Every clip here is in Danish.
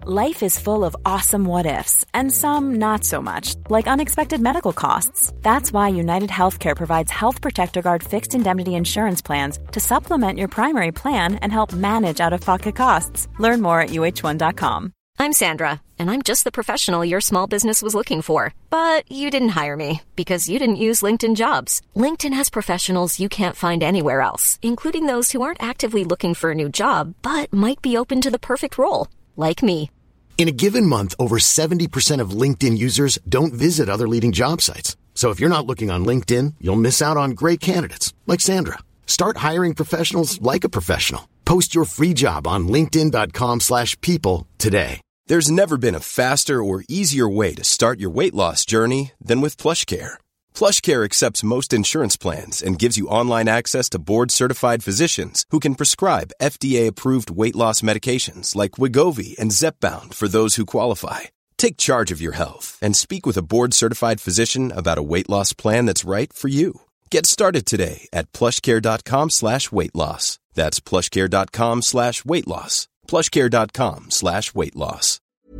Life is full of awesome what-ifs, and some not so much, like unexpected medical costs. That's why United Healthcare provides Health Protector Guard fixed indemnity insurance plans to supplement your primary plan and help manage out-of-pocket costs. Learn more at uh1.com. I'm Sandra, and I'm just the professional your small business was looking for. But you didn't hire me because you didn't use LinkedIn Jobs. LinkedIn has professionals you can't find anywhere else, including those who aren't actively looking for a new job, but might be open to the perfect role, like me. In a given month, over 70% of LinkedIn users don't visit other leading job sites. So if you're not looking on LinkedIn, you'll miss out on great candidates like Sandra. Start hiring professionals like a professional. Post your free job on linkedin.com/people today. There's never been a faster or easier way to start your weight loss journey than with PlushCare. PlushCare accepts most insurance plans and gives you online access to board-certified physicians who can prescribe FDA-approved weight loss medications like Wegovy and Zepbound for those who qualify. Take charge of your health and speak with a board-certified physician about a weight loss plan that's right for you. Get started today at plushcare.com/weightloss. That's plushcare.com/weightloss. plushcare.com/weightloss.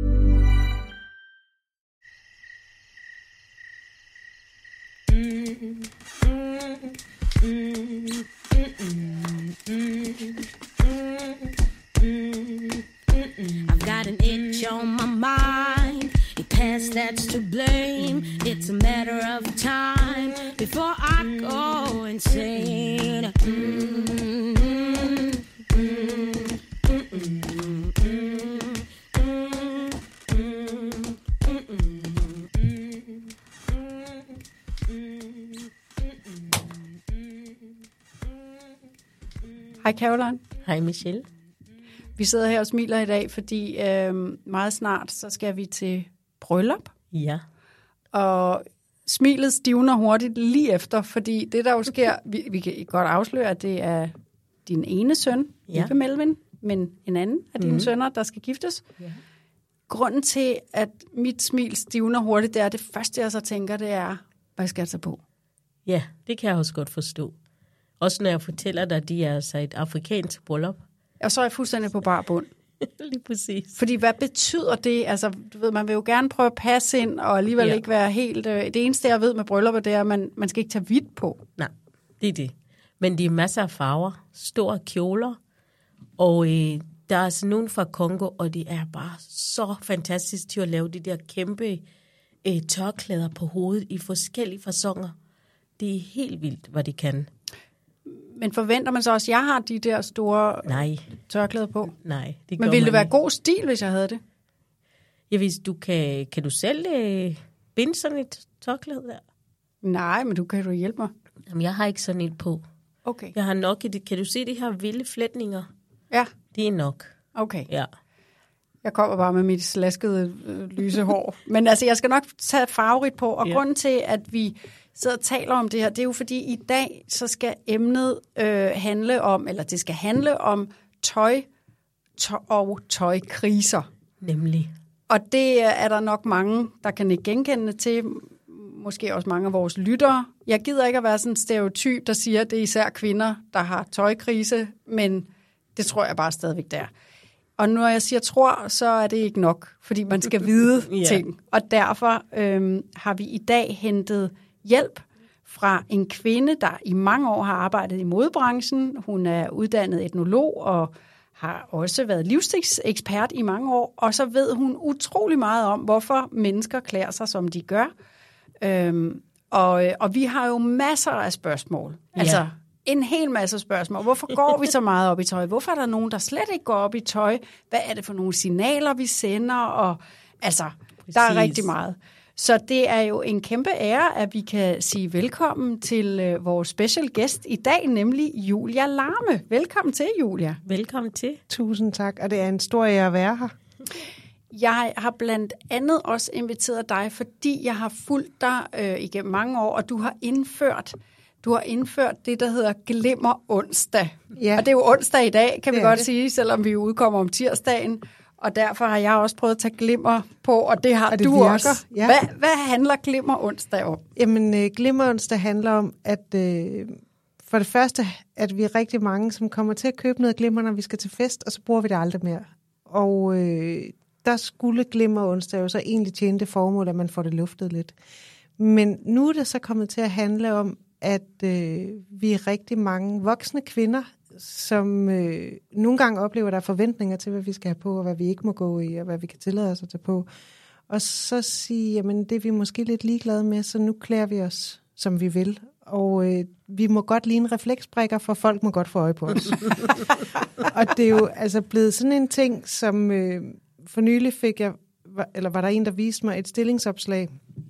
I've got an itch on my mind, a past that's to blame. It's a matter of time before I go insane. Hej Caroline. Hej Michelle. Vi sidder her og smiler i dag, fordi meget snart så skal vi til bryllup. Ja. Og smilet stivner hurtigt lige efter, fordi det der jo sker, vi kan godt afsløre, at det er din ene søn, Eva Melvin, men en anden af dine sønner, der skal giftes. Ja. Grunden til, at mit smil stivner hurtigt, det er det første, jeg så tænker, det er, hvad skal jeg tage på? Ja, det kan jeg også godt forstå. Også når jeg fortæller dig, at de er altså et afrikansk bryllup. Og så er jeg fuldstændig på bar bund. Lige præcis. Fordi hvad betyder det? Altså, du ved, man vil jo gerne prøve at passe ind, og alligevel ikke være helt... Det eneste, jeg ved med bryllupper, det er, at man skal ikke tage hvidt på. Nej, det er det. Men det er masser af farver, store kjoler, og der er altså nogen fra Kongo, og det er bare så fantastisk til at lave de der kæmpe tørklæder på hovedet i forskellige faconer. Det er helt vildt, hvad de kan. Men forventer man så også, at jeg har de der store tørklæder på? Nej, det Men ville det være god stil, hvis jeg havde det? Ja, hvis du kan du selv binde sådan et tørklæde der? Nej, men kan du hjælpe mig? Jamen, jeg har ikke sådan et på. Okay. Jeg har nok kan du se de her vilde flætninger? Ja. Det er nok. Okay. Ja. Jeg kommer bare med mit slaskede lyse hår. Men altså, jeg skal nok tage farverigt på, og grunden til, at vi sidder og taler om det her, det er jo fordi i dag, så skal emnet handle om tøj og tøjkriser. Nemlig. Og det er der nok mange, der kan ikke genkende til. Måske også mange af vores lyttere. Jeg gider ikke at være sådan en stereotyp, der siger, at det er især kvinder, der har tøjkrise, men det tror jeg bare stadigvæk der. Og når jeg siger tror, så er det ikke nok, fordi man skal vide ting. Og derfor har vi i dag hentet hjælp fra en kvinde, der i mange år har arbejdet i modebranchen. Hun er uddannet etnolog og har også været livsstilsekspert i mange år. Og så ved hun utrolig meget om, hvorfor mennesker klæder sig, som de gør. Og vi har jo masser af spørgsmål. Altså en hel masse spørgsmål. Hvorfor går vi så meget op i tøj? Hvorfor er der nogen, der slet ikke går op i tøj? Hvad er det for nogle signaler, vi sender? Og altså, der er rigtig meget. Så det er jo en kæmpe ære, at vi kan sige velkommen til vores special guest i dag, nemlig Julia Larme. Velkommen til, Julia. Velkommen til. Tusind tak, og det er en stor ære at være her. Jeg har blandt andet også inviteret dig, fordi jeg har fulgt dig igennem mange år, og du har indført det, der hedder Glimmer onsdag. Ja. Og det er jo onsdag i dag, kan vi godt sige, selvom vi udkommer om tirsdagen. Og derfor har jeg også prøvet at tage glimmer på, og det har og det du virker. Også. Ja. Hvad handler Glimmer onsdag om? Jamen, Glimmer onsdag handler om, at for det første, at vi er rigtig mange, som kommer til at købe noget glimmer, når vi skal til fest, og så bruger vi det aldrig mere. Og der skulle glimmeronsdag jo så egentlig tjene det formål, at man får det luftet lidt. Men nu er det så kommet til at handle om, at vi er rigtig mange voksne kvinder, som nogle gange oplever, at der er forventninger til, hvad vi skal have på, og hvad vi ikke må gå i, og hvad vi kan tillade os at tage på. Og så sige, jamen det er vi måske lidt ligeglade med, så nu klæder vi os, som vi vil. Og vi må godt ligne refleksbrikker, for folk må godt få øje på os. Og det er jo altså blevet sådan en ting, som for nylig fik jeg, eller var der en, der viste mig et stillingsopslag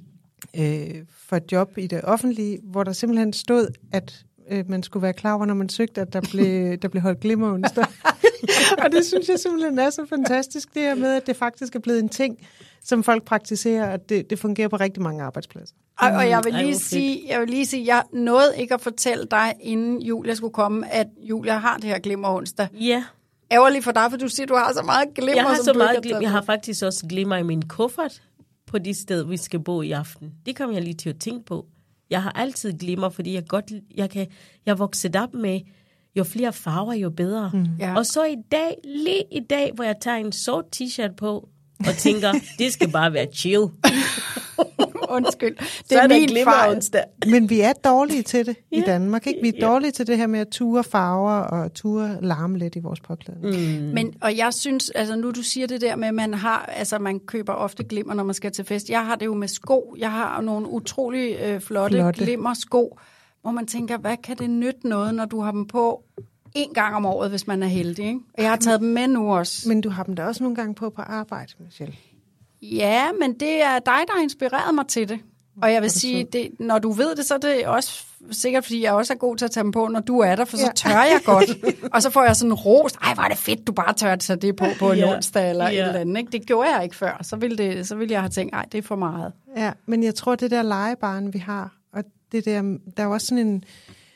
for et job i det offentlige, hvor der simpelthen stod, at man skulle være klar over, når man søgte, at der blev holdt glimmeronsdag. Og det synes jeg simpelthen er så fantastisk, det her med, at det faktisk er blevet en ting, som folk praktiserer, og det fungerer på rigtig mange arbejdspladser. Og jeg vil lige sige, jeg nåede ikke at fortælle dig, inden Julia skulle komme, at Julia har det her glimmeronsdag. Ja. Ærgerligt for dig, for du siger, du har så meget glimmer. Jeg har så meget glimmer. Jeg har faktisk også glimmer i min kuffert på de steder, vi skal bo i aften. Det kom jeg lige til at tænke på. Jeg har altid glimmer, fordi jeg er vokset op med, jo flere farver, jo bedre. Ja. Og så lige i dag, hvor jeg tager en sort t-shirt på, og tænker, det skal bare være chill. Undskyld. Det er min fejl. Men vi er dårlige til det i Danmark, ikke? Vi er dårlige til det her med at ture farver og ture larme lidt i vores påklædning. Men, og jeg synes, altså nu du siger det der med, at man køber ofte glimmer, når man skal til fest. Jeg har det jo med sko. Jeg har nogle utrolig flotte glimmersko, hvor man tænker, hvad kan det nytte noget, når du har dem på en gang om året, hvis man er heldig, ikke? Og jeg har taget dem med nu også. Men du har dem da også nogle gange på arbejde, Michelle. Ja, men det er dig, der har inspireret mig til det. Og jeg vil sige, når du ved det, så er det også sikkert, fordi jeg også er god til at tage dem på, når du er der, for så tør jeg godt. Og så får jeg sådan en ros. Ej, hvor er det fedt, du bare tør at tage det på en onsdag eller et eller andet. Ikke? Det gjorde jeg ikke før. Så ville jeg have tænkt, ej, det er for meget. Ja, men jeg tror, det der legebarn, vi har, og det der er også sådan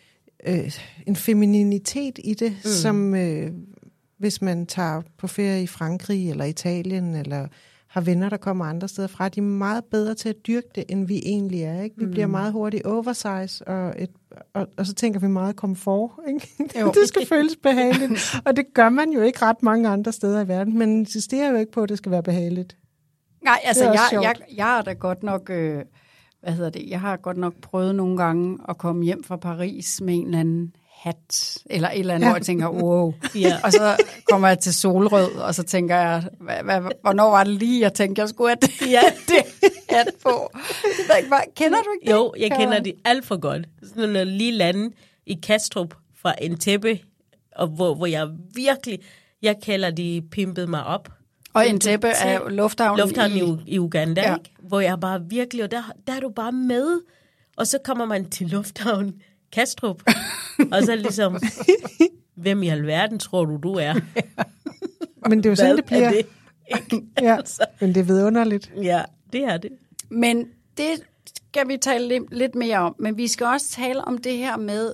en femininitet i det, som hvis man tager på ferie i Frankrig eller Italien, eller har venner, der kommer andre steder fra, de er meget bedre til at dyrke det, end vi egentlig er. Ikke? Vi bliver meget hurtigt oversize, og så tænker vi meget komfort. Ikke? Det skal føles behageligt, og det gør man jo ikke ret mange andre steder i verden, men insisterer jo ikke på, at det skal være behageligt. Nej, altså jeg er da godt nok... Jeg har godt nok prøvet nogle gange at komme hjem fra Paris med en eller anden hat, eller et eller andet, hvor jeg tænker, wow. Og så kommer jeg til Solrød, og så tænker jeg, hvornår var det lige, jeg tænkte, jeg skulle have det hat på. Kender du ikke det? Jo, jeg kender det alt for godt. Sådan en lille lande i Kastrup fra Entebbe, og hvor jeg virkelig, jeg kalder de pimpede mig op. Og Entebbe er lufthavnen i Uganda, ikke? Hvor jeg bare virkelig, og der er du bare med, og så kommer man til lufthavnen Kastrup, og så ligesom, hvem i alverden tror du er? Men det er jo sådan, det bliver. Det? Ja, men det er vidunderligt. Ja, det er det. Men det skal vi tale lidt mere om, men vi skal også tale om det her med,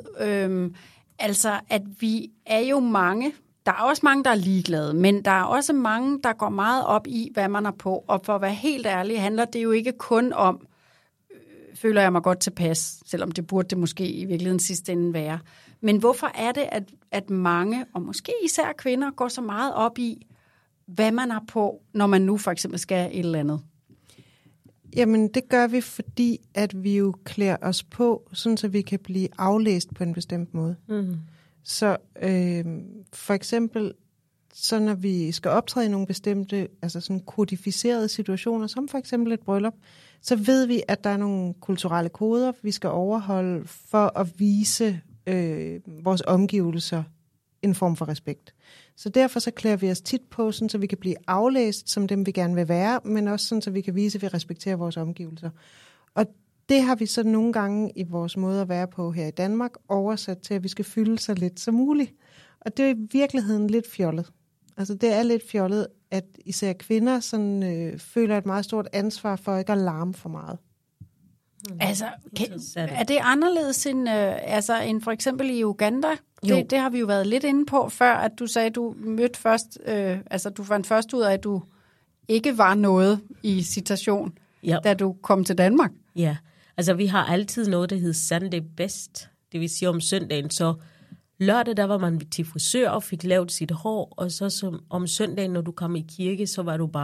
at vi er jo mange. Der er også mange, der er ligeglade, men der er også mange, der går meget op i, hvad man er på. Og for at være helt ærlig, handler det jo ikke kun om, føler jeg mig godt tilpas, selvom det burde det måske i virkeligheden sidste ende være. Men hvorfor er det, at mange, og måske især kvinder, går så meget op i, hvad man har på, når man nu for eksempel skal et eller andet? Jamen, det gør vi, fordi at vi jo klæder os på, sådan så vi kan blive aflæst på en bestemt måde. Mm. Så for eksempel, så når vi skal optræde i nogle bestemte, altså sådan kodificerede situationer, som for eksempel et bryllup, så ved vi, at der er nogle kulturelle koder, vi skal overholde for at vise vores omgivelser en form for respekt. Så derfor så klæder vi os tit på, sådan, så vi kan blive aflæst som dem, vi gerne vil være, men også sådan, så vi kan vise, at vi respekterer vores omgivelser. Og det har vi så nogle gange i vores måde at være på her i Danmark oversat til, at vi skal fylde så lidt som muligt. Og det er i virkeligheden lidt fjollet. Altså det er lidt fjollet, at især kvinder sådan, føler et meget stort ansvar for ikke at larme for meget. Altså, er det anderledes end for eksempel i Uganda? Det har vi jo været lidt inde på før, at du sagde, at du mødte først, du fandt først ud af, at du ikke var noget i citation, da du kom til Danmark. Ja, altså vi har altid noget, der hedder Sunday Best. Det vil sige om søndagen, så lørdag, der var man til frisør og fik lavet sit hår, og så om søndagen, når du kom i kirke, så var du bare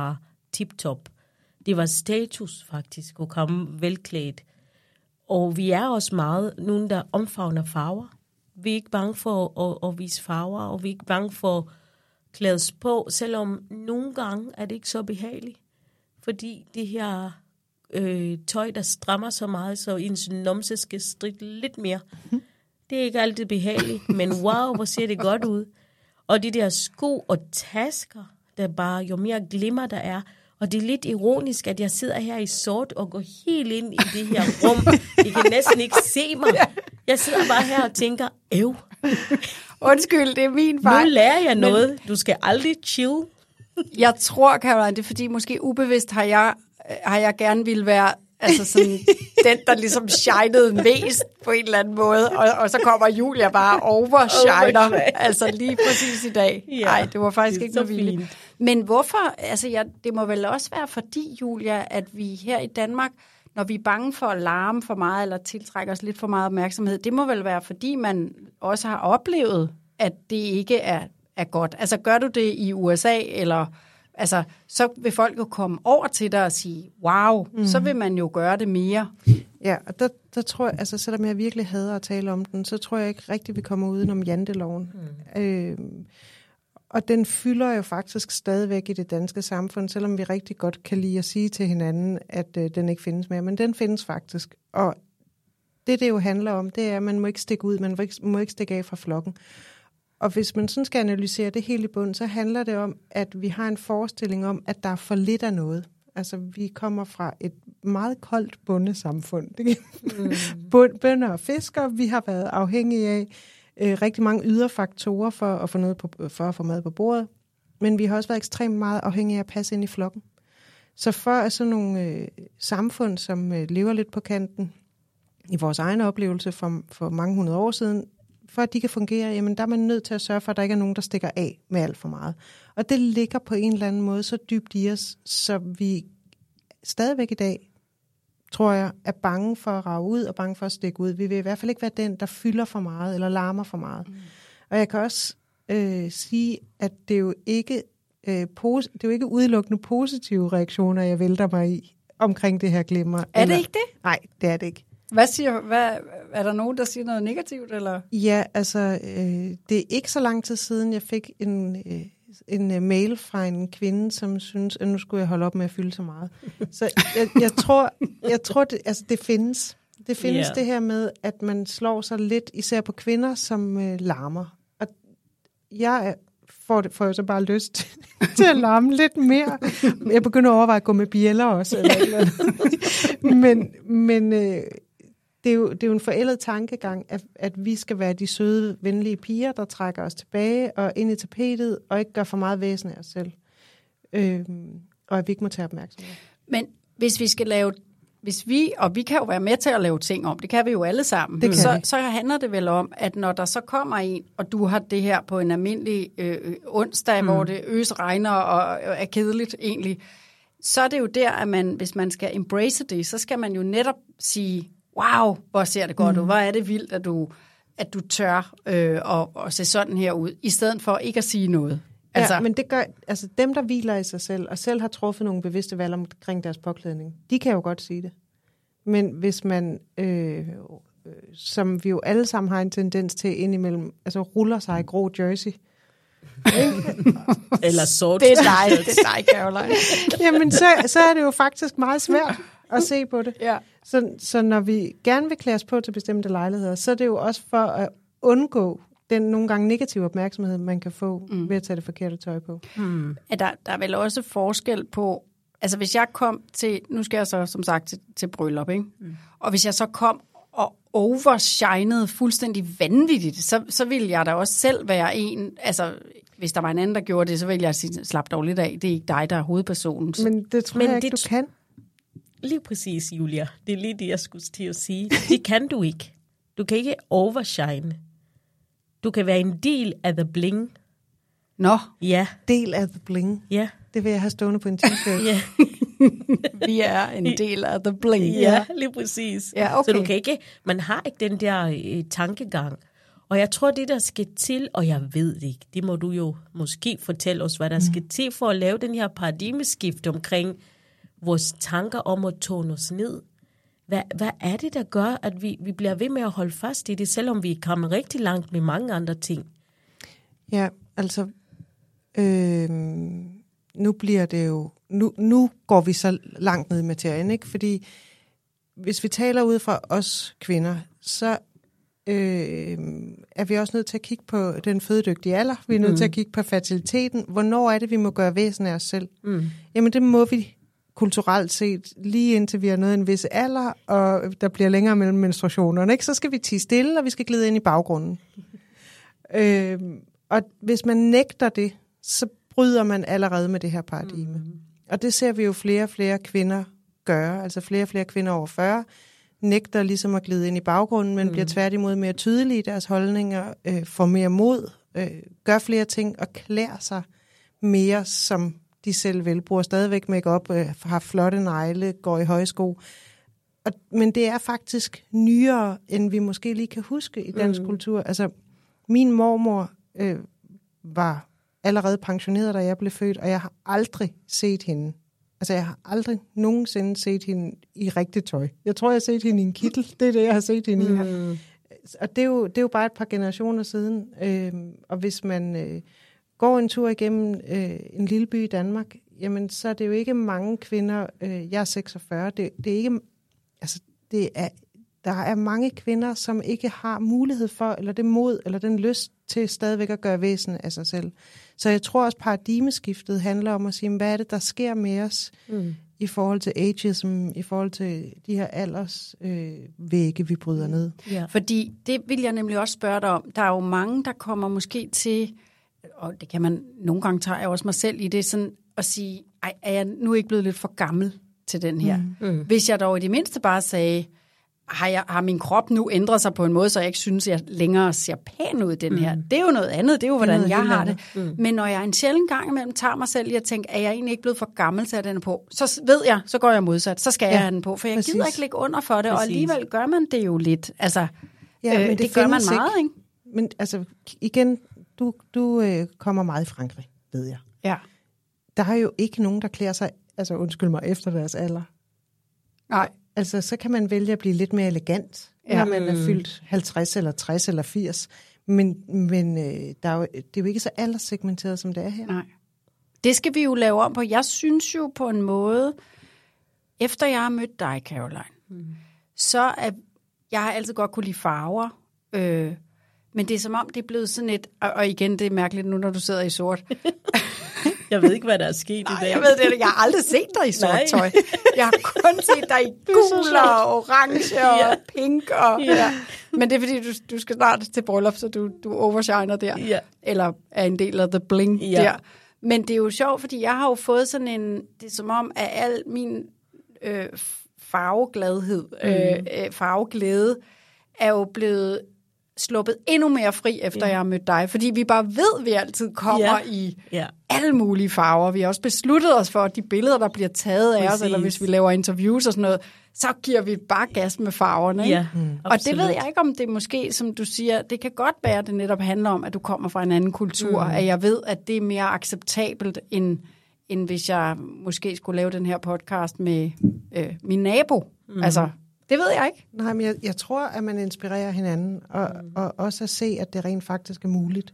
tip-top. Det var status faktisk at komme velklædt. Og vi er også meget nogen, der omfavner farver. Vi er ikke bange for at vise farver, og vi er ikke bange for at klædes på, selvom nogle gange er det ikke så behageligt. Fordi det her tøj, der strammer så meget, så ens numse skal strikke lidt mere. Det er ikke altid behageligt, men wow, hvor ser det godt ud. Og de der sko og tasker, der bare, jo mere glimmer der er. Og det er lidt ironisk, at jeg sidder her i sort og går helt ind i det her rum. I kan næsten ikke se mig. Jeg sidder bare her og tænker, Undskyld, det er min fejl. Nu lærer jeg noget. Du skal aldrig chill. Jeg tror, Caroline, det er fordi, måske ubevidst har jeg gerne ville være altså sådan, den, der ligesom shinede mest på en eller anden måde, og så kommer Julia bare overshiner, altså lige præcis i dag. Nej, det var faktisk ikke så vildt. Men hvorfor, altså det må vel også være fordi, Julia, at vi her i Danmark, når vi er bange for at larme for meget, eller tiltrække os lidt for meget opmærksomhed, det må vel være fordi, man også har oplevet, at det ikke er godt. Altså gør du det i USA, eller altså, så vil folk jo komme over til dig og sige, wow, så vil man jo gøre det mere. Ja, og der tror jeg, altså selvom jeg virkelig hader at tale om den, så tror jeg ikke rigtigt, vi kommer udenom janteloven. Og den fylder jo faktisk stadigvæk i det danske samfund, selvom vi rigtig godt kan lide at sige til hinanden, at den ikke findes mere. Men den findes faktisk. Og det jo handler om, det er, at man må ikke stikke ud, man må ikke stikke af fra flokken. Og hvis man sådan skal analysere det helt i bund, så handler det om, at vi har en forestilling om, at der er for lidt af noget. Altså, vi kommer fra et meget koldt bondesamfund. Bønder og fisker, vi har været afhængige af rigtig mange ydre faktorer for at få mad på bordet. Men vi har også været ekstremt meget afhængige af at passe ind i flokken. Så for at sådan nogle samfund, som lever lidt på kanten, i vores egen oplevelse for mange hundrede år siden, for at de kan fungere, jamen der er man nødt til at sørge for, at der ikke er nogen, der stikker af med alt for meget. Og det ligger på en eller anden måde så dybt i os, så vi stadigvæk i dag, tror jeg, er bange for at rage ud og bange for at stikke ud. Vi vil i hvert fald ikke være den, der fylder for meget eller larmer for meget. Og jeg kan også sige, at det er jo ikke udelukkende positive reaktioner, jeg vælter mig i omkring det her glimmer. Er det ikke det? Nej, det er det ikke. Er der nogen, der siger noget negativt? Eller? Ja, altså, det er ikke så lang tid siden, jeg fik en mail fra en kvinde, som synes, at nu skulle jeg holde op med at fylde så meget. Så jeg tror det findes. Det findes det her med, at man slår sig lidt, især på kvinder, som larmer. Og jeg får jo så bare lyst til at larme lidt mere. Jeg begynder at overveje at gå med bjælder også. Men det er jo en forældet tankegang, at vi skal være de søde, venlige piger, der trækker os tilbage og ind i tapetet, og ikke gør for meget væsen af os selv. Og at vi ikke må tage opmærksomhed. Men hvis vi skal lave, og vi kan jo være med til at lave ting om, det kan vi jo alle sammen, så handler det vel om, at når der så kommer en, og du har det her på en almindelig onsdag, hvor det regner og er kedeligt egentlig, så er det jo der, at man, hvis man skal embrace det, så skal man jo netop sige, wow, hvor ser det godt ud, hvor er det vildt, at du tør at se sådan her ud, i stedet for ikke at sige noget. Altså, ja, men det gør, altså dem, der hviler i sig selv, og selv har truffet nogle bevidste valg omkring deres påklædning, de kan jo godt sige det. Men hvis man, som vi jo alle sammen har en tendens til indimellem, altså ruller sig i grå jersey, eller sort. Det er dig, Caroline. Jamen, så er det jo faktisk meget svært at se på det. Ja. Så når vi gerne vil klæde os på til bestemte lejligheder, så er det jo også for at undgå den nogle gange negative opmærksomhed, man kan få ved at tage det forkerte tøj på. Der er vel også forskel på, altså hvis jeg kom til, nu skal jeg så som sagt til bryllup, ikke? Og hvis jeg så kom og overshinede fuldstændig vanvittigt, så ville jeg da også selv være en, altså hvis der var en anden, der gjorde det, så ville jeg sige, slap dog lidt af, det er ikke dig, der er hovedpersonen. Men det tror jeg ikke, du kan. Lige præcis, Julia. Det er lige det, jeg skulle til at sige. Det kan du ikke. Du kan ikke overshine. Du kan være en del af the bling. Nå. Ja. Del af the bling. Ja. Det vil jeg have stående på en t-shirt. Ja. Vi er en del af the bling. Ja, lige præcis. Ja, okay. Så du kan ikke, man har ikke den der tankegang. Og jeg tror, det der skal til, og jeg ved ikke, det må du jo måske fortælle os, hvad der skal til for at lave den her paradigmeskift omkring vores tanker om at tone os ned. Hvad er det, der gør, at vi bliver ved med at holde fast i det, selvom vi er kommet rigtig langt med mange andre ting? Ja, altså, nu bliver det jo, nu går vi så langt ned i materien, ikke? Fordi hvis vi taler ud fra os kvinder, så er vi også nødt til at kigge på den fødedygtige alder. Vi er nødt til at kigge på fertiliteten. Hvornår er det, vi må gøre væsen af os selv? Jamen, det må vi kulturelt set, lige indtil vi har nået en vis alder, og der bliver længere mellem menstruationerne, ikke? Så skal vi tie stille, og vi skal glide ind i baggrunden. Og hvis man nægter det, så bryder man allerede med det her paradigme. Og det ser vi jo flere og flere kvinder gøre, altså flere og flere kvinder over 40, nægter ligesom at glide ind i baggrunden, men bliver tværtimod mere tydelige i deres holdninger, får mere mod, gør flere ting og klæder sig mere, som de selv vil, bruger stadigvæk make-up, har flotte negle, går i højsko. Men det er faktisk nyere, end vi måske lige kan huske i dansk kultur. Altså, min mormor var allerede pensioneret, da jeg blev født, og jeg har aldrig set hende. Altså, jeg har aldrig nogensinde set hende i rigtigt tøj. Jeg tror, jeg har set hende i en kittel. Det er det, jeg har set hende i. Og det er jo bare et par generationer siden. Og hvis man går en tur igennem en lille by i Danmark, jamen, så er det jo ikke mange kvinder. Jeg er 46. Det er ikke... Altså, der er mange kvinder, som ikke har mulighed for, eller det mod, eller den lyst til stadigvæk at gøre væsen af sig selv. Så jeg tror også, paradigmeskiftet handler om at sige, hvad er det, der sker med os i forhold til ageism, i forhold til de her aldersvægge, vi bryder ned. Ja. Fordi det vil jeg nemlig også spørge dig om. Der er jo mange, der kommer måske til, og det kan man nogle gange tage også mig selv i det, sådan at sige, ej, er jeg nu ikke blevet lidt for gammel til den her? Hvis jeg dog i det mindste bare sagde, har min krop nu ændret sig på en måde, så jeg ikke synes, jeg længere ser pæn ud den her. Det er jo noget andet, det er jo, hvordan jeg har det. Men når jeg en sjælden gang imellem tager mig selv i at tænke, er jeg egentlig ikke blevet for gammel til at have den på, så ved jeg, så går jeg modsat, så skal jeg have den på, for jeg gider ikke ligge under for det, og alligevel gør man det jo lidt. Altså, men det gør man meget, ikke? Men altså, igen, du kommer meget i Frankrig, ved jeg. Ja. Der er jo ikke nogen, der klæder sig, altså undskyld mig, efter deres alder. Nej. Altså, så kan man vælge at blive lidt mere elegant, når man er fyldt 50 eller 60 eller 80. Men det er jo ikke så alderssegmenteret, som det er her. Nej. Det skal vi jo lave om på. Jeg synes jo på en måde, efter jeg har mødt dig, Caroline, så er jeg har altid godt kunne lide farver. Men det er som om, det er blevet sådan et... Og igen, det er mærkeligt nu, når du sidder i sort. Jeg ved ikke, hvad der er sket i dag. Jeg ved det, jeg har aldrig set dig i sort tøj. Jeg har kun set dig i gul og orange og pink. Og, Men det er fordi, du skal snart til bryllup, så du overshiner der. Ja. Eller er en del af the bling der. Men det er jo sjovt, fordi jeg har jo fået sådan en... Det er som om, at al min farvegladhed, farveglæde, er jo blevet sluppet endnu mere fri, efter jeg har mødt dig. Fordi vi bare ved, at vi altid kommer i alle mulige farver. Vi har også besluttet os for, at de billeder, der bliver taget af os, eller hvis vi laver interviews og sådan noget, så giver vi bare gas med farverne. Ikke? Og det ved jeg ikke, om det måske, som du siger, det kan godt være, at det netop handler om, at du kommer fra en anden kultur, at jeg ved, at det er mere acceptabelt, end hvis jeg måske skulle lave den her podcast med min nabo. Altså, det ved jeg ikke. Nej, men jeg tror, at man inspirerer hinanden, og også at se, at det rent faktisk er muligt.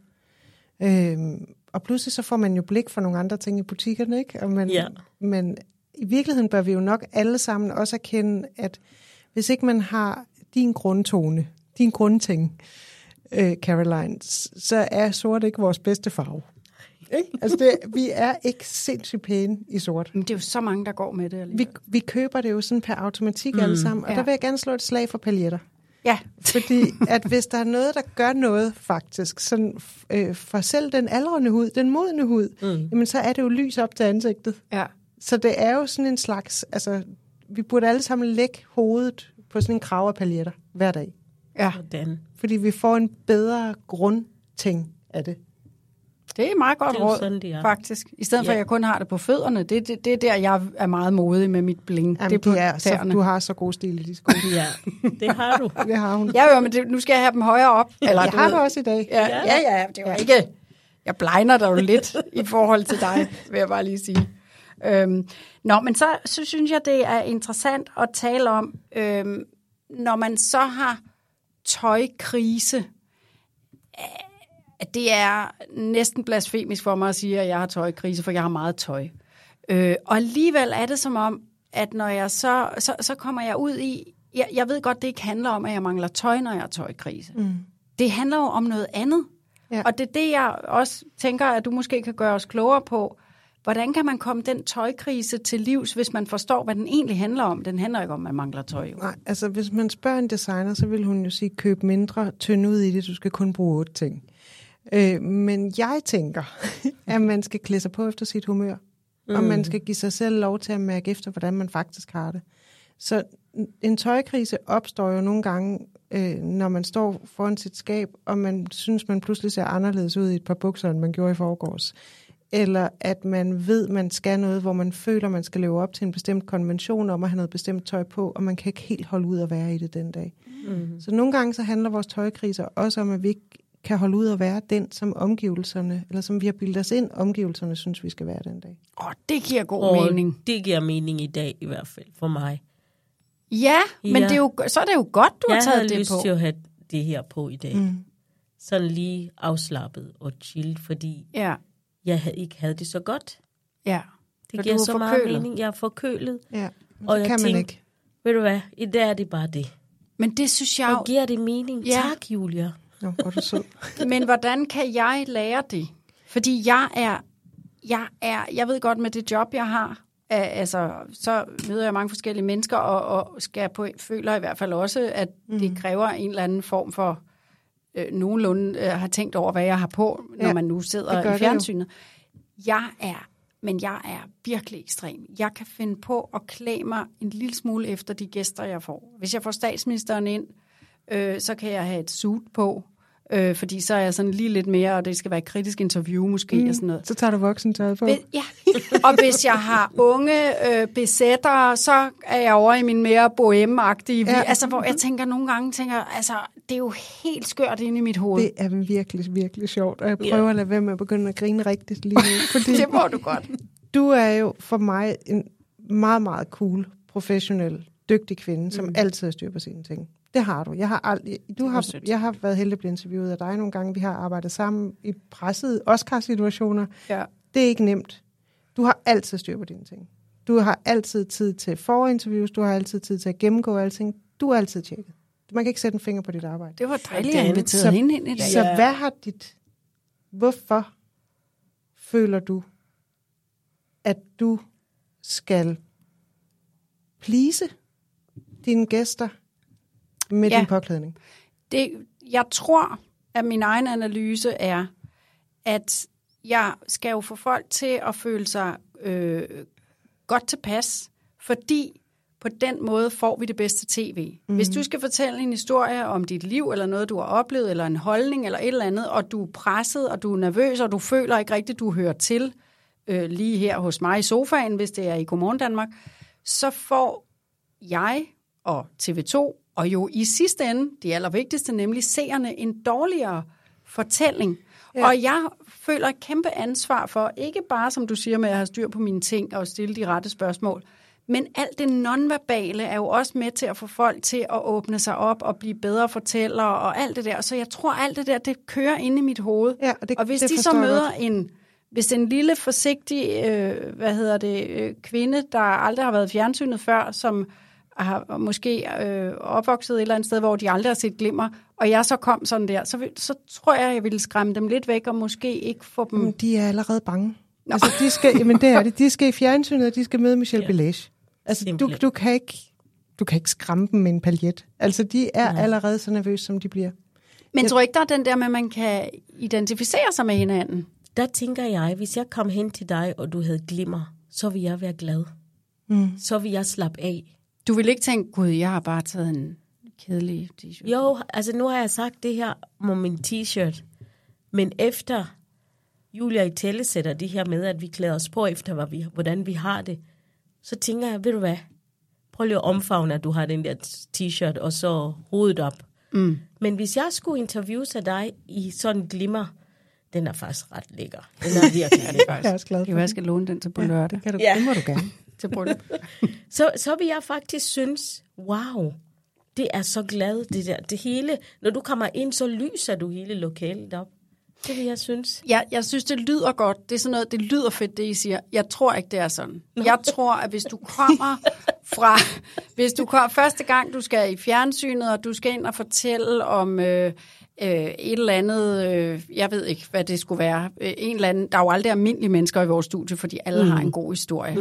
Og pludselig så får man jo blik for nogle andre ting i butikkerne, ikke? Og men i virkeligheden bør vi jo nok alle sammen også erkende, at hvis ikke man har din grundtone, din grundting, Caroline, så er sort ikke vores bedste farve. Ikke? Altså vi er ikke sindssygt pæne i sort. Men det er jo så mange, der går med det. Vi køber det jo sådan per automatik alle sammen, og der vil jeg gerne slå et slag for paljetter. Ja. Fordi at hvis der er noget, der gør noget faktisk, sådan, for selv den aldrende hud, den modne hud, jamen så er det jo lys op til ansigtet. Ja. Så det er jo sådan en slags, altså vi burde alle sammen lægge hovedet på sådan en krav af paljetter hver dag. Ja. Fordi vi får en bedre grundting af det. Det er meget godt Det er jo råd, sådan, det er. faktisk. I stedet for, at jeg kun har det på fødderne. Det er der, jeg er meget modig med mit bling. Jamen, det er på så, du har så god stil i de sko. Ja, det har du. Det har hun. Ja, men nu skal jeg have dem højere op. Eller, Jeg har det også i dag. Ja, det var ikke... Jeg blegner dig jo lidt i forhold til dig, vil jeg bare lige sige. Men så synes jeg, det er interessant at tale om, når man så har tøjkrise. Det er næsten blasfemisk for mig at sige, at jeg har tøjkrise, for jeg har meget tøj. Og alligevel er det som om, at når jeg så kommer jeg ud i... Jeg ved godt, det ikke handler om, at jeg mangler tøj, når jeg har tøjkrise. Det handler jo om noget andet. Ja. Og det er det, jeg også tænker, at du måske kan gøre os klogere på. Hvordan kan man komme den tøjkrise til livs, hvis man forstår, hvad den egentlig handler om? Den handler ikke om, at man mangler tøj. Jo. Nej, altså hvis man spørger en designer, så vil hun jo sige, køb mindre, tynd ud i det, du skal kun bruge 8 ting. Men jeg tænker, at man skal klæde sig på efter sit humør, og man skal give sig selv lov til at mærke efter, hvordan man faktisk har det. Så en tøjkrise opstår jo nogle gange, når man står foran sit skab, og man synes, man pludselig ser anderledes ud i et par bukser, end man gjorde i forgårs. Eller at man ved, man skal noget, hvor man føler, man skal leve op til en bestemt konvention om at have noget bestemt tøj på, og man kan ikke helt holde ud at være i det den dag. Så nogle gange så handler vores tøjkriser også om, at vi ikke kan holde ud at være den, som omgivelserne, eller som vi har bildet os ind, omgivelserne synes, vi skal være den dag. Det giver god mening. Det giver mening i dag i hvert fald, for mig. Ja, men det er jo, så er det jo godt, du har taget det på. Jeg havde lyst til at have det her på i dag. Sådan lige afslappet og chill, fordi jeg ikke havde det så godt. Ja. Det giver så meget mening. Jeg er forkølet. Ja, og jeg kan man ikke. Ved du hvad, i dag er det bare det. Men det synes jeg og giver det mening. Ja. Tak, Julia. Nå, hvor er du sød. Men hvordan kan jeg lære det? Fordi jeg ved godt med det job, jeg har, altså, så møder jeg mange forskellige mennesker, og føler i hvert fald også, at det kræver en eller anden form for nogenlunde har tænkt over, hvad jeg har på, når man nu sidder i fjernsynet. Jeg er virkelig ekstrem. Jeg kan finde på at klæde mig en lille smule efter de gæster, jeg får. Hvis jeg får statsministeren ind, så kan jeg have et suit på, fordi så er jeg sådan lige lidt mere, og det skal være et kritisk interview måske, og sådan noget. Så tager du voksentøjet på. Ja, og hvis jeg har unge besættere, så er jeg over i min mere boheme-agtige, altså hvor jeg tænker nogle gange, altså det er jo helt skørt inde i mit hoved. Det er virkelig, virkelig sjovt, og jeg prøver at lade være med at begynde at grine rigtigt lige nu. Fordi det må du godt. Du er jo for mig en meget, meget cool, professionel, dygtig kvinde, som altid har styr på sine ting. Det har du. Jeg har været heldig at blive interviewet af dig nogle gange. Vi har arbejdet sammen i pressede Oscar-situationer. Ja. Det er ikke nemt. Du har altid styr på dine ting. Du har altid tid til forinterviews. Du har altid tid til at gennemgå alting. Du er altid tjekket. Man kan ikke sætte en finger på dit arbejde. Det var dejligt at invitere hende ind i dag. Så hvad har hvorfor føler du, at du skal please dine gæster med din påklædning? Jeg tror, at min egen analyse er, at jeg skal jo få folk til at føle sig godt tilpas, fordi på den måde får vi det bedste tv. Hvis du skal fortælle en historie om dit liv, eller noget, du har oplevet, eller en holdning, eller et eller andet, og du er presset, og du er nervøs, og du føler ikke rigtigt, du hører til lige her hos mig i sofaen, hvis det er i Godmorgen Danmark, så får jeg og TV2, og jo i sidste ende, det allervigtigste, nemlig seerne, en dårligere fortælling. Ja. Og jeg føler et kæmpe ansvar for, ikke bare, som du siger, med at have styr på mine ting og stille de rette spørgsmål, men alt det nonverbale er jo også med til at få folk til at åbne sig op og blive bedre fortællere og alt det der. Så jeg tror, alt det der, det kører inde i mit hoved. Ja, og hvis de så møder hvis en lille, forsigtig kvinde, der aldrig har været fjernsynet før, som har måske opvokset et eller andet sted, hvor de aldrig har set glimmer, og jeg så kom sådan der, så tror jeg ville skræmme dem lidt væk, og måske ikke få dem... De er allerede bange. Altså, det er det. De skal i fjernsynet, og de skal møde Michelle Bellage. Altså, du kan ikke skræmme dem med en paljet. Altså, de er allerede så nervøse, som de bliver. Men tror ikke, der er den der med, at man kan identificere sig med hinanden? Der tænker jeg, hvis jeg kom hen til dig, og du havde glimmer, så vil jeg være glad. Så vil jeg slappe af. Du vil ikke tænke, gud, jeg har bare taget en kedelig t-shirt. Jo, altså nu har jeg sagt det her med min t-shirt. Men efter Julia i tælle sætter det her med, at vi klæder os på efter, hvordan vi har det, så tænker jeg, ved du hvad, prøv lige at omfavne, at du har den der t-shirt, og så hovedet op. Men hvis jeg skulle interviewe dig i sådan en glimmer, den er faktisk ret lækker. Den er virkelig lækker. Jeg er også glad for Jeg skal låne den til på lørdag. det må du gerne. Til bryllup. Så vil jeg faktisk synes, wow, det er så glad, det hele. Når du kommer ind, så lyser du hele lokalet op. Det vil jeg synes. Jeg synes, det lyder godt. Det er sådan noget, det lyder fedt, det I siger. Jeg tror ikke, det er sådan. Jeg tror, at hvis du kommer første gang, du skal i fjernsynet, og du skal ind og fortælle om et eller andet, jeg ved ikke, hvad det skulle være, en eller anden, der er jo aldrig almindelige mennesker i vores studie, fordi alle har en god historie.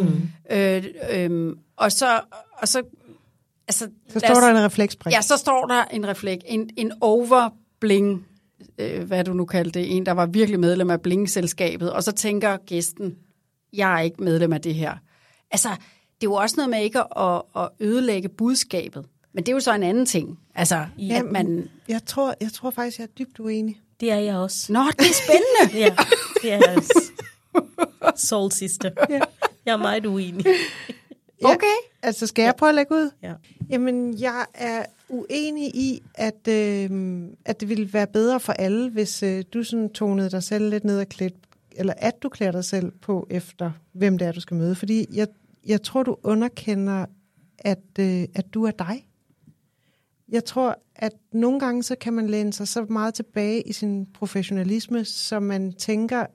Og så altså, så står der en refleksbrik. Ja, så står der en refleks, en overbling, hvad du nu kaldte det, en, der var virkelig medlem af Bling-selskabet, og så tænker gæsten, jeg er ikke medlem af det her. Altså, det er jo også noget med ikke at ødelægge budskabet, men det er jo så en anden ting. Altså, at man... Jeg tror faktisk, jeg er dybt uenig. Det er jeg også. Nå, det er spændende! Ja, det er jeg også. Soul sister. Jeg er meget uenig. Okay. Ja, altså, skal jeg prøve at lægge ud? Ja. Jamen, jeg er uenig i, at det ville være bedre for alle, hvis du sådan tonede dig selv lidt ned og klædt, eller at du klæder dig selv på efter, hvem det er, du skal møde. Fordi jeg tror, du underkender, at du er dig. Jeg tror, at nogle gange, så kan man læne sig så meget tilbage i sin professionalisme, så man tænker,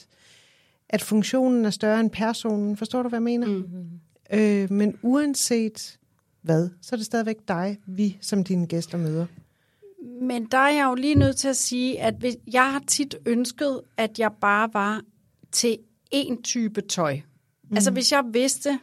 at funktionen er større end personen. Forstår du, hvad jeg mener? Mm-hmm. Men uanset hvad, så er det stadigvæk dig, vi som dine gæster møder. Men der er jeg jo lige nødt til at sige, at jeg har tit ønsket, at jeg bare var til én type tøj. Altså hvis jeg vidste,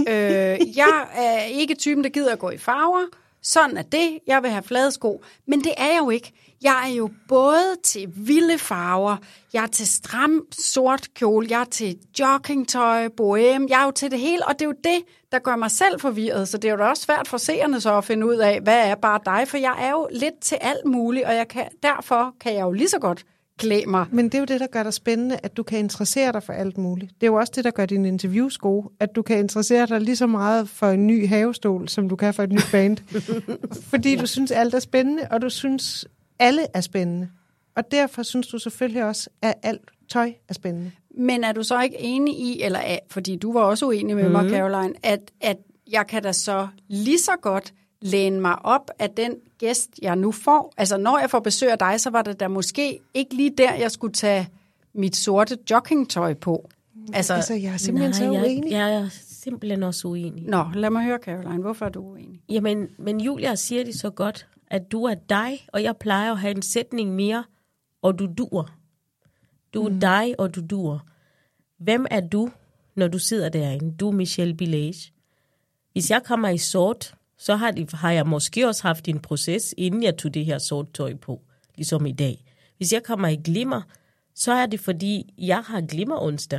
jeg er ikke typen, der gider at gå i farver, sådan er det, jeg vil have flade sko, men det er jeg jo ikke. Jeg er jo både til vilde farver, jeg er til stram sort kjole, jeg er til joggingtøj, bohem, jeg er jo til det hele, og det er jo det, der gør mig selv forvirret, så det er jo da også svært for seerne så at finde ud af, hvad er bare dig, for jeg er jo lidt til alt muligt, og derfor kan jeg jo lige så godt klæde mig. Men det er jo det, der gør dig spændende, at du kan interessere dig for alt muligt. Det er jo også det, der gør dine interviews gode, at du kan interessere dig lige så meget for en ny havestol, som du kan for et nyt band. Fordi du synes, alt er spændende, og du synes, alle er spændende. Og derfor synes du selvfølgelig også, at alt tøj er spændende. Men er du så ikke enig i, fordi du var også uenig med mig, Caroline, at jeg kan da så lige så godt læne mig op af den gæst, jeg nu får. Altså, når jeg får besøg af dig, så var det da måske ikke lige der, jeg skulle tage mit sorte joggingtøj på. Altså jeg er simpelthen så uenig. Jeg er simpelthen også uenig. Nå, lad mig høre, Caroline. Hvorfor er du uenig? Jamen, men Julia siger det så godt, at du er dig, og jeg plejer at have en sætning mere, og du duer. Du er dig, og du duer. Hvem er du, når du sidder derinde? Du er Michelle Bilage. Hvis jeg kommer i sort, så har jeg måske også haft en proces, inden jeg tog det her sort tøj på, ligesom i dag. Hvis jeg kommer i glimmer, så er det fordi, jeg har glimmer onsdag.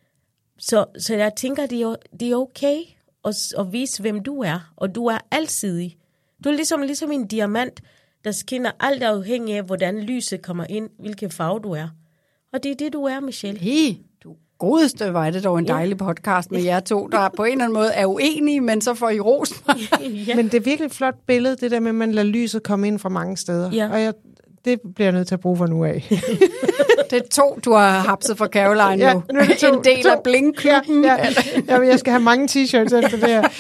Så jeg tænker, det er okay at vise, hvem du er, og du er alsidig. Du er ligesom en diamant, der skinner alt afhængig af, hvordan lyset kommer ind, hvilken farve du er. Og det er det, du er, Michelle. Hey, du godeste, var det dog en dejlig podcast med jer to, der på en eller anden måde er uenige, men så får I rost mig. Ja. Men det er virkelig et flot billede, det der med, at man lader lyset komme ind fra mange steder. Ja. Og det bliver jeg nødt til at bruge for nu af. Det er 2, du har hapset for Caroline nu. Nu er det en del af Blink-klubben. Ja. Jeg skal have mange t-shirts efter det her.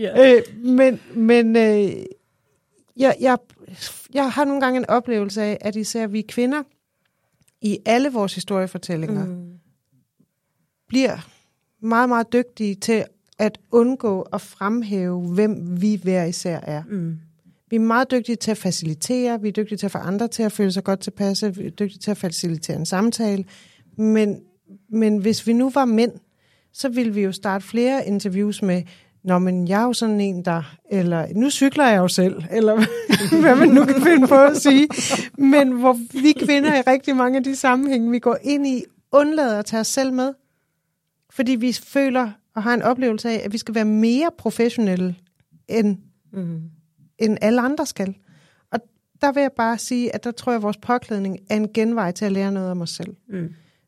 Jeg har nogle gange en oplevelse af, at især vi kvinder i alle vores historiefortællinger bliver meget, meget dygtige til at undgå at fremhæve, hvem vi hver især er. Vi er meget dygtige til at facilitere, vi er dygtige til at få andre til at føle sig godt tilpasse, vi er dygtige til at facilitere en samtale. Men hvis vi nu var mænd, så ville vi jo starte flere interviews med, nå, men jeg er jo sådan en, eller nu cykler jeg jo selv, eller hvad man nu kan finde på at sige. Men hvor vi kvinder i rigtig mange af de sammenhænge, vi går ind i, undlader at tage os selv med. Fordi vi føler og har en oplevelse af, at vi skal være mere professionelle, end alle andre skal. Og der vil jeg bare sige, at der tror jeg, at vores påklædning er en genvej til at lære noget om os selv.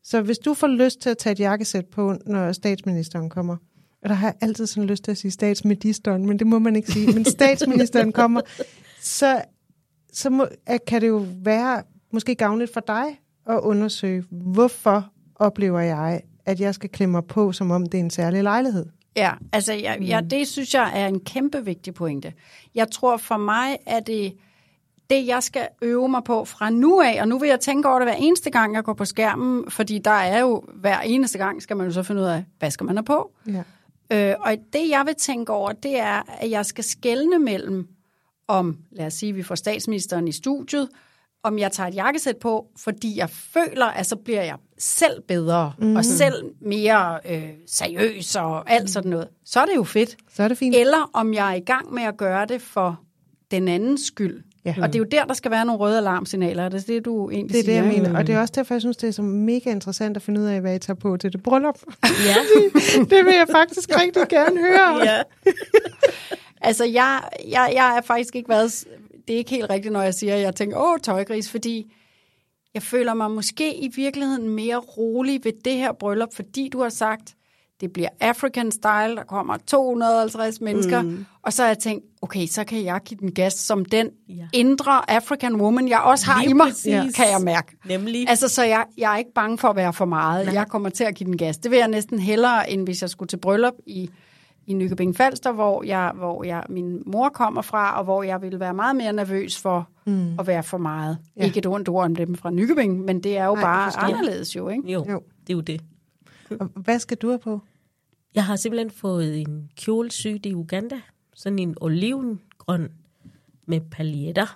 Så hvis du får lyst til at tage et jakkesæt på, når statsministeren kommer, og der har jeg altid sådan lyst til at sige statsministeren, men det må man ikke sige, men statsministeren kommer, så kan det jo være måske gavnligt for dig at undersøge, hvorfor oplever jeg, at jeg skal klemme mig på, som om det er en særlig lejlighed. Ja, altså det synes jeg er en kæmpe vigtig pointe. Jeg tror for mig, at det jeg skal øve mig på fra nu af, og nu vil jeg tænke over det hver eneste gang, jeg går på skærmen, fordi der er jo hver eneste gang, skal man jo så finde ud af, hvad skal man have på? Ja. Og det jeg vil tænke over, det er, at jeg skal skelne mellem, om lad os sige, vi får statsministeren i studiet, om jeg tager et jakkesæt på, fordi jeg føler, at så bliver jeg selv bedre, og selv mere seriøs og alt sådan noget. Så er det jo fedt. Så er det fint. Eller om jeg er i gang med at gøre det for den andens skyld. Ja. Og det er jo der skal være nogle røde alarmsignaler. Det er det, du egentlig siger. Det er det, jeg mener. Og det er også derfor, jeg synes, det er så mega interessant at finde ud af, hvad I tager på til det bryllup. Ja. Det vil jeg faktisk rigtig gerne høre. Ja. Altså, jeg er faktisk ikke været... Det er ikke helt rigtigt, når jeg siger, at jeg tænker, tøjgris, fordi jeg føler mig måske i virkeligheden mere rolig ved det her bryllup, fordi du har sagt, det bliver African style, der kommer 250 mennesker, og så har jeg tænkt, okay, så kan jeg give den gas som den indre African woman, jeg også har lige i mig, kan jeg mærke. Nemlig. Altså, så jeg er ikke bange for at være for meget. Nej. Jeg kommer til at give den gas. Det vil jeg næsten hellere, end hvis jeg skulle til bryllup i Nykøbing Falster, hvor min mor kommer fra, og hvor jeg ville være meget mere nervøs for at være for meget. Ja. Ikke et ondt ord om dem fra Nykøbing, men det er jo bare anderledes jo, ikke? Jo, det er jo det. Og hvad skal du have på? Jeg har simpelthen fået en kjole syet i Uganda. Sådan en olivengrøn med paljetter.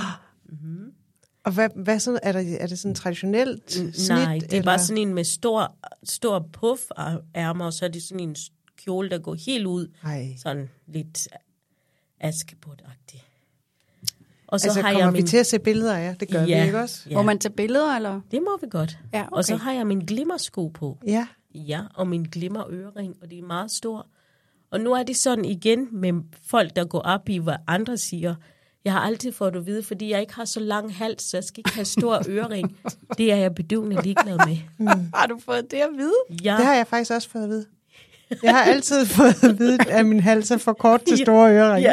Og hvad så? Er det sådan traditionelt snit? Nej, det er bare sådan en med stor puff-ærmer, og så er det sådan en kjole, der går helt ud. Ej. Sådan lidt askebåt-agtigt. Og så altså har kommer vi til at se billeder af jer? Det gør vi ikke også? Ja. Må man tage billeder, eller? Det må vi godt. Ja, okay. Og så har jeg min glimmersko på. Ja. Ja, og min glimmerøring, og det er meget stor. Og nu er det sådan igen med folk, der går op i, hvad andre siger. Jeg har altid fået at vide, fordi jeg ikke har så lang hals, så jeg skal ikke have stor øring. Det er jeg bedøvende ligeglad med. Har du fået det at vide? Ja. Det har jeg faktisk også fået at vide. Jeg har altid fået at vide, at min hals er for kort til store øreringe. Ja.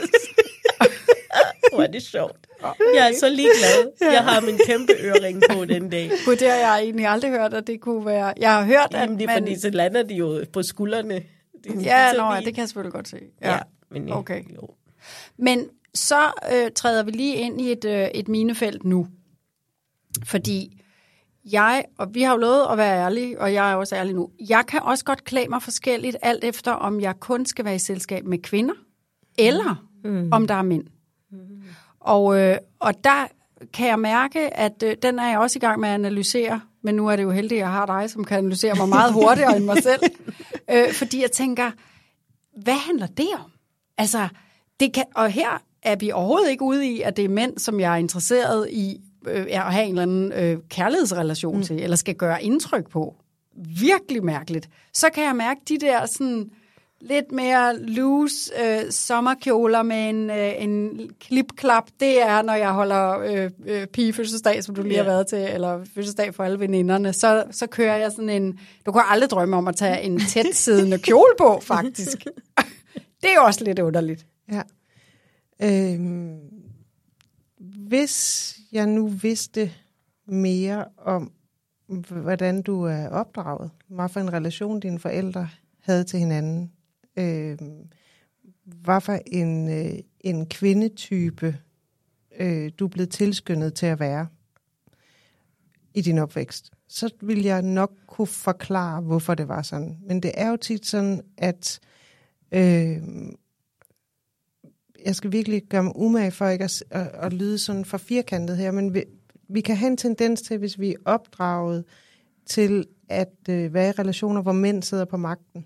Hvor er det sjovt. Jeg er så ligeglad. Jeg har min kæmpe øring på den dag. Det har jeg egentlig aldrig hørt, at det kunne være. Jeg har hørt, at det er fordi, så lander de jo på skuldrene. Det kan jeg selvfølgelig godt se. Ja. Men okay. Jo. Men så træder vi lige ind i et minefelt nu. Fordi og vi har jo lovet at være ærlige, og jeg er også ærlig nu. Jeg kan også godt klæde mig forskelligt, alt efter om jeg kun skal være i selskab med kvinder, eller om der er mænd. Og der kan jeg mærke, at den er jeg også i gang med at analysere, men nu er det jo heldigt, at jeg har dig, som kan analysere mig meget hurtigere end mig selv. Fordi jeg tænker, hvad handler det om? Altså, og her er vi overhovedet ikke ude i, at det er mænd, som jeg er interesseret i at have en eller anden kærlighedsrelation til, eller skal gøre indtryk på. Virkelig mærkeligt. Så kan jeg mærke de der sådan lidt mere loose sommerkjoler med en klip-klap. Det er, når jeg holder pigefødselsdag, som du lige har været til, eller fødselsdag for alle veninderne, så kører jeg sådan en... Du kan aldrig drømme om at tage en tætsiddende kjole på, faktisk. Det er også lidt underligt. Ja. Hvis jeg nu vidste mere om, hvordan du er opdraget, hvad for en relation dine forældre havde til hinanden, hvad for en kvindetype du er blevet tilskyndet til at være i din opvækst, så vil jeg nok kunne forklare, hvorfor det var sådan. Men det er jo tit sådan, at jeg skal virkelig gøre mig umage for ikke at lyde sådan for firkantet her, men vi kan have en tendens til, hvis vi er opdraget til at være i relationer, hvor mænd sidder på magten,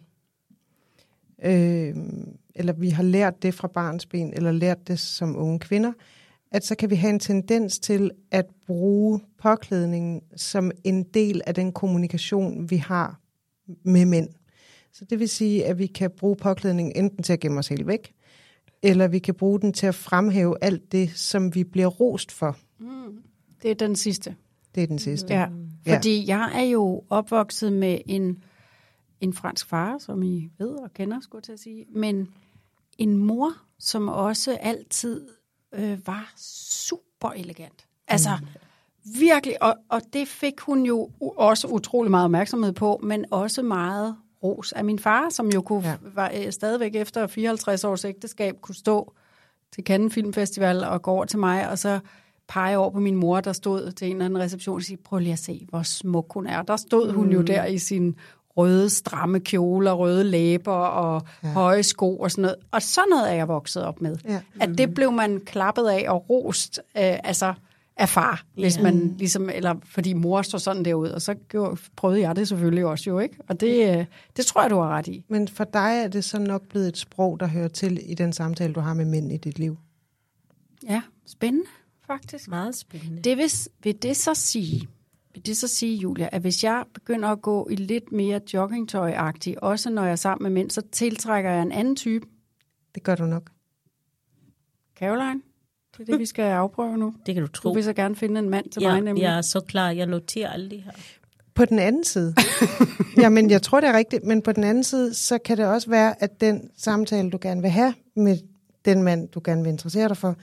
eller vi har lært det fra barnsben, eller lært det som unge kvinder, at så kan vi have en tendens til at bruge påklædningen som en del af den kommunikation, vi har med mænd. Så det vil sige, at vi kan bruge påklædningen enten til at gemme os helt væk, eller vi kan bruge den til at fremhæve alt det, som vi bliver rost for. Det er den sidste. Det er den sidste. Ja. fordi jeg er jo opvokset med en fransk far, som I ved og kender, skulle jeg til at sige, men en mor, som også altid var super elegant. Altså virkelig, og det fik hun jo også utrolig meget opmærksomhed på, men også meget ros af min far, som jo kunne var stadigvæk efter 54 års ægteskab kunne stå til Cannes Filmfestival og gå over til mig, og så pege over på min mor, der stod til en eller anden reception og sige, prøv lige at se, hvor smuk hun er. Der stod hun jo der i sin røde, stramme kjoler, røde læber og høje sko og sådan noget. Og sådan noget er jeg vokset op med. Ja. At det blev man klappet af og rost af far, hvis man ligesom, eller fordi mor står sådan derude, og så prøvede jeg det selvfølgelig også jo, ikke? Og det tror jeg, du har ret i. Men for dig er det så nok blevet et sprog, der hører til i den samtale, du har med mænd i dit liv? Ja, spændende, faktisk. Meget spændende. Vil det så sige, Julia, at hvis jeg begynder at gå i lidt mere joggingtøj-agtigt, også når jeg er sammen med mænd, så tiltrækker jeg en anden type? Det gør du nok. Caroline? Det er det, vi skal afprøve nu. Det kan du tro. Du vil så gerne finde en mand til mig, nemlig. Jeg er så klar. Jeg noterer alle det her. På den anden side. Jamen, jeg tror, det er rigtigt. Men på den anden side, så kan det også være, at den samtale, du gerne vil have med den mand, du gerne vil interessere dig for,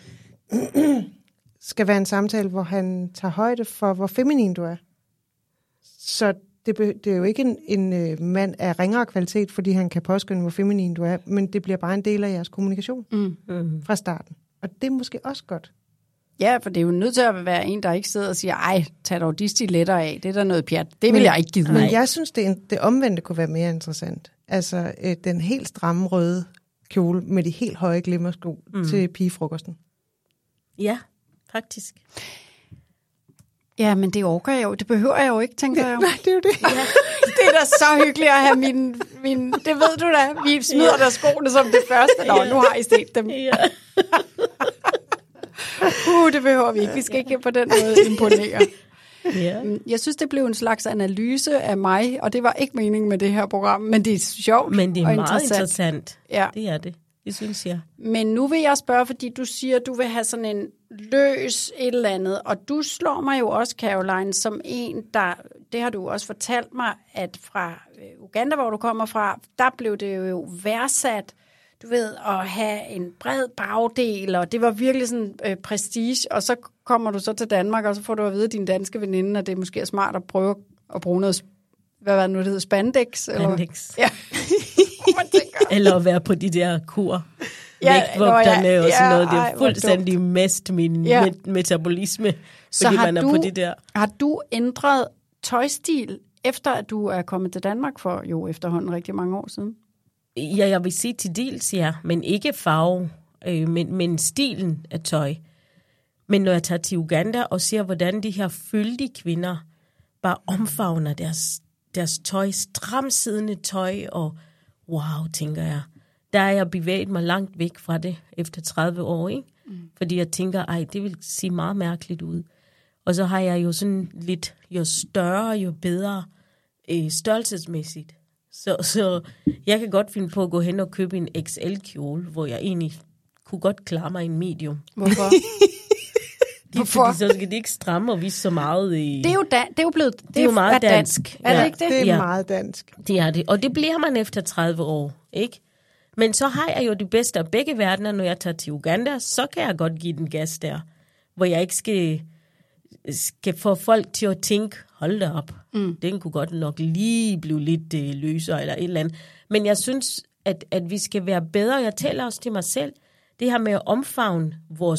skal være en samtale, hvor han tager højde for, hvor feminin du er. Så det er jo ikke en mand af ringere kvalitet, fordi han kan påskynde, hvor feminin du er, men det bliver bare en del af jeres kommunikation fra starten. Og det er måske også godt. Ja, for det er jo nødt til at være en, der ikke sidder og siger, ej, tag dog de stiletter af, det er der noget pjat. Det vil jeg ikke give. Men jeg synes, det omvendte kunne være mere interessant. Altså den helt stramme røde kjole med de helt høje glimmersko til pigefrokosten. Ja, faktisk. Ja, men det orker jeg jo. Det behøver jeg jo ikke, tænker jeg jo. Nej, det er jo det. Ja. Det er da så hyggeligt at have min det ved du da. Vi smider der skoene som det første. Nå, nu har I set dem. Ja. Det behøver vi ikke. Vi skal ikke på den måde imponere. Ja. Jeg synes, det blev en slags analyse af mig, og det var ikke meningen med det her program, men det er sjovt. Men det er meget interessant. Ja. Det er det. Det synes jeg. Men nu vil jeg spørge, fordi du siger, at du vil have sådan en løs et eller andet, og du slår mig jo også, Caroline, som en, der, det har du også fortalt mig, at fra Uganda, hvor du kommer fra, der blev det jo værdsat, du ved, at have en bred bagdel, og det var virkelig sådan prestige, og så kommer du så til Danmark, og så får du at vide af din danske veninde, at det måske er smart at prøve at bruge noget, hvad var det nu, det hedder, spandex? Spandex. Eller? Ja. Eller at være på de der kur. Vægtvogterne og sådan noget. Det er fuldstændig mest min metabolisme, fordi man er på de der. Har du ændret tøjstil, efter at du er kommet til Danmark for jo efterhånden rigtig mange år siden? Ja, jeg vil sige til dels, ja, men ikke farve, men stilen af tøj. Men når jeg tager til Uganda og ser, hvordan de her fyldige kvinder bare omfavner deres tøj, stramsiddende tøj, og wow, tænker jeg, der er jeg bevæget mig langt væk fra det efter 30 år, ikke? Fordi jeg tænker, det vil se meget mærkeligt ud. Og så har jeg jo sådan lidt, jo større, jo bedre størrelsesmæssigt. Så jeg kan godt finde på at gå hen og købe en XL-kjole, hvor jeg egentlig kunne godt klare mig en medium. Hvorfor? Fordi så skal det ikke stramme og vise så meget. Det er jo meget dansk. Er det ikke det? Det er meget dansk. Det er det, og det bliver man efter 30 år, ikke? Men så har jeg jo det bedste af begge verdener, når jeg tager til Uganda, så kan jeg godt give den gas der, hvor jeg ikke skal få folk til at tænke, hold da op, den kunne godt nok lige blive lidt løsere eller et eller andet. Men jeg synes, at vi skal være bedre. Jeg taler også til mig selv, det her med at omfavne